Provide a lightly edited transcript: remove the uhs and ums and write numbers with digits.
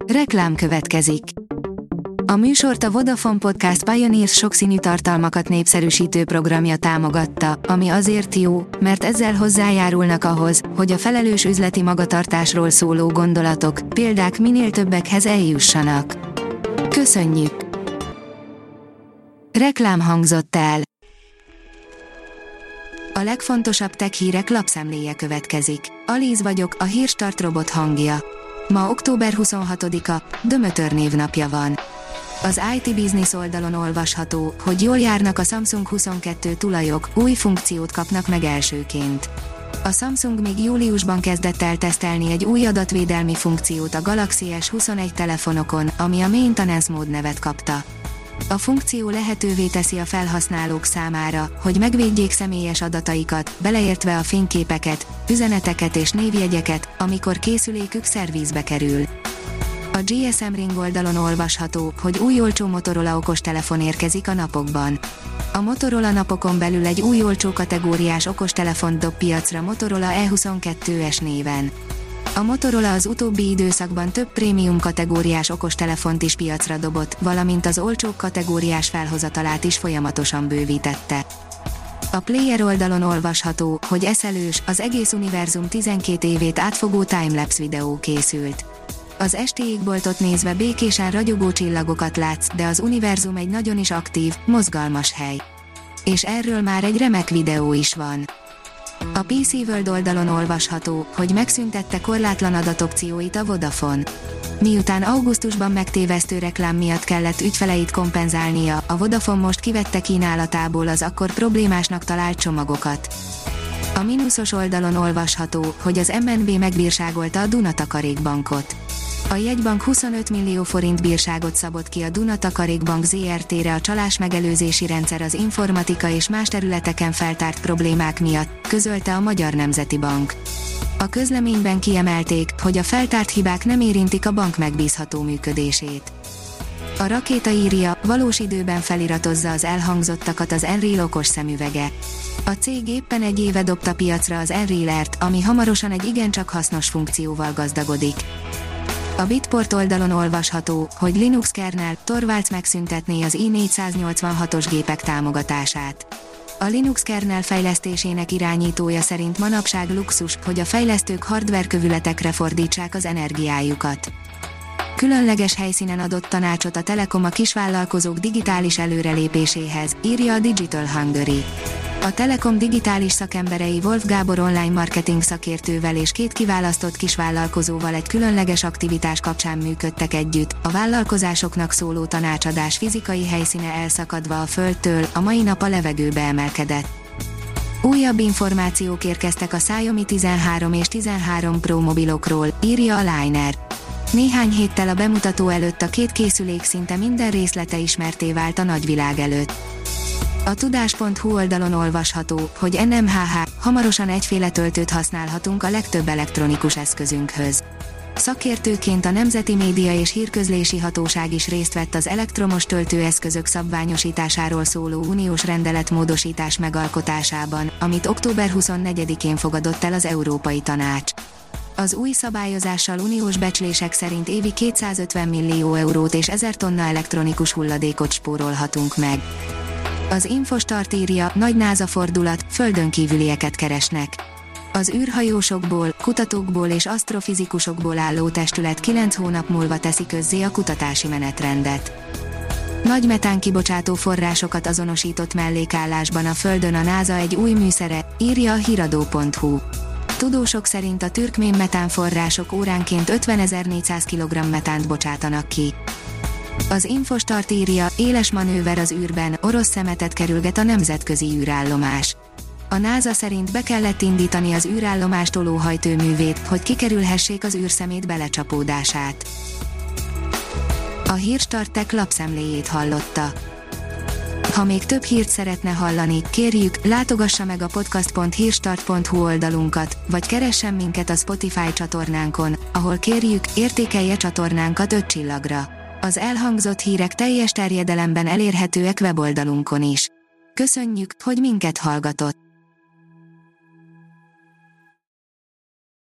Reklám következik. A műsort a Vodafone Podcast Pioneers sokszínű tartalmakat népszerűsítő programja támogatta, ami azért jó, mert ezzel hozzájárulnak ahhoz, hogy a felelős üzleti magatartásról szóló gondolatok, példák minél többekhez eljussanak. Köszönjük! Reklám hangzott el. A legfontosabb tech hírek lapszemléje következik. Alíz vagyok, a Hírstart robot hangja. Ma október 26-a, Dömötör névnapja van. Az IT Business oldalon olvasható, hogy jól járnak a Samsung 22 tulajok, új funkciót kapnak meg elsőként. A Samsung még júliusban kezdett el tesztelni egy új adatvédelmi funkciót a Galaxy S21 telefonokon, ami a Maintenance Mode nevet kapta. A funkció lehetővé teszi a felhasználók számára, hogy megvédjék személyes adataikat, beleértve a fényképeket, üzeneteket és névjegyeket, amikor készülékük szervizbe kerül. A GSM Ring oldalon olvasható, hogy új olcsó Motorola okostelefon érkezik a napokban. A Motorola napokon belül egy új olcsó kategóriás okostelefont dob piacra Motorola E22S néven. A Motorola az utóbbi időszakban több prémium kategóriás okostelefont is piacra dobott, valamint az olcsó kategóriás felhozatalát is folyamatosan bővítette. A Player oldalon olvasható, hogy eszelős, az egész univerzum 12 évét átfogó timelapse videó készült. Az esti égboltot nézve békésen ragyogó csillagokat látsz, de az univerzum egy nagyon is aktív, mozgalmas hely. És erről már egy remek videó is van. A PC World oldalon olvasható, hogy megszüntette korlátlan adatopcióit a Vodafone. Miután augusztusban megtévesztő reklám miatt kellett ügyfeleit kompenzálnia, a Vodafone most kivette kínálatából az akkor problémásnak talált csomagokat. A mínuszos oldalon olvasható, hogy az MNB megbírságolta a Duna Takarékbankot. A jegybank 25 millió forint bírságot szabott ki a Duna Takarékbank Zrt-re a csalás megelőzési rendszer az informatika és más területeken feltárt problémák miatt, közölte a Magyar Nemzeti Bank. A közleményben kiemelték, hogy a feltárt hibák nem érintik a bank megbízható működését. A Rakéta írja, valós időben feliratozza az elhangzottakat az Enreal okos szemüvege. A cég éppen egy éve dobta piacra az Enrealert, ami hamarosan egy igencsak hasznos funkcióval gazdagodik. A Bitport oldalon olvasható, hogy Linux kernel Torvalds megszüntetné az i486-os gépek támogatását. A Linux kernel fejlesztésének irányítója szerint manapság luxus, hogy a fejlesztők hardware kövületekre fordítsák az energiájukat. Különleges helyszínen adott tanácsot a Telekom a kisvállalkozók digitális előrelépéséhez, írja a Digital Hungary. A Telekom digitális szakemberei Wolf Gábor online marketing szakértővel és 2 kiválasztott kisvállalkozóval egy különleges aktivitás kapcsán működtek együtt, a vállalkozásoknak szóló tanácsadás fizikai helyszíne elszakadva a földtől, a mai nap a levegőbe emelkedett. Újabb információk érkeztek a Xiaomi 13 és 13 Pro mobilokról, írja a Liner. Néhány héttel a bemutató előtt a 2 készülék szinte minden részlete ismertté vált a nagyvilág előtt. A tudás.hu oldalon olvasható, hogy NMHH, hamarosan egyféle töltőt használhatunk a legtöbb elektronikus eszközünkhöz. Szakértőként a Nemzeti Média és Hírközlési Hatóság is részt vett az elektromos töltőeszközök szabványosításáról szóló uniós rendelet módosítás megalkotásában, amit október 24-én fogadott el az Európai Tanács. Az új szabályozással uniós becslések szerint évi 250 millió eurót és 1000 tonna elektronikus hulladékot spórolhatunk meg. Az Infostart írja, nagy NASA fordulat, földön kívülieket keresnek. Az űrhajósokból, kutatókból és asztrofizikusokból álló testület 9 hónap múlva teszi közzé a kutatási menetrendet. Nagy metánkibocsátó forrásokat azonosított mellékállásban a Földön a NASA egy új műszere, írja a hiradó.hu. Tudósok szerint a türkmén metánforrások óránként 50.400 kg metánt bocsátanak ki. Az Infostart írja, éles manőver az űrben, orosz szemetet kerülget a nemzetközi űrállomás. A NASA szerint be kellett indítani az űrállomás tolóhajtóművét, hogy kikerülhessék az űrszemét belecsapódását. A Hírstart Tech lapszemléjét hallotta. Ha még több hírt szeretne hallani, kérjük, látogassa meg a podcast.hírstart.hu oldalunkat, vagy keressen minket a Spotify csatornánkon, ahol kérjük, értékelje csatornánkat 5 csillagra. Az elhangzott hírek teljes terjedelemben elérhetőek weboldalunkon is. Köszönjük, hogy minket hallgatott!